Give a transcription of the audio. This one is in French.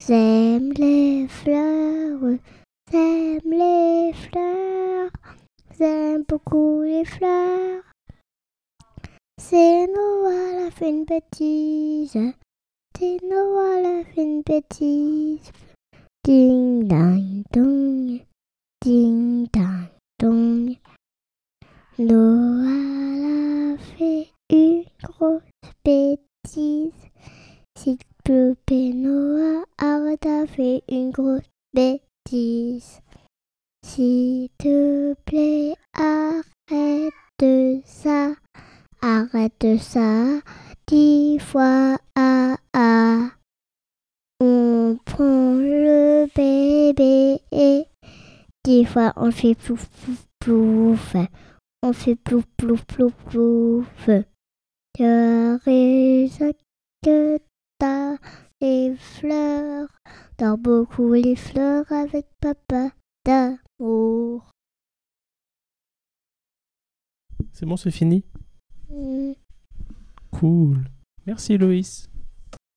J'aime les fleurs, j'aime les fleurs, j'aime beaucoup les fleurs. C'est Noël a fait une bêtise, c'est Noël a fait une bêtise. Ding dang dong, ding dang dong. Noël a fait une grosse bêtise. S'il te plaît, Noël, arrête de faire une grosse bêtise. S'il te plaît, arrête ça. Arrête ça. 10 fois A. On prend le bébé et 10 fois on fait plouf plouf plouf. On fait plouf plouf plouf plouf. Je risque que t'as les fleurs. Dors beaucoup les fleurs avec papa d'amour. C'est bon, c'est fini? Mm. Cool. Merci Loïs.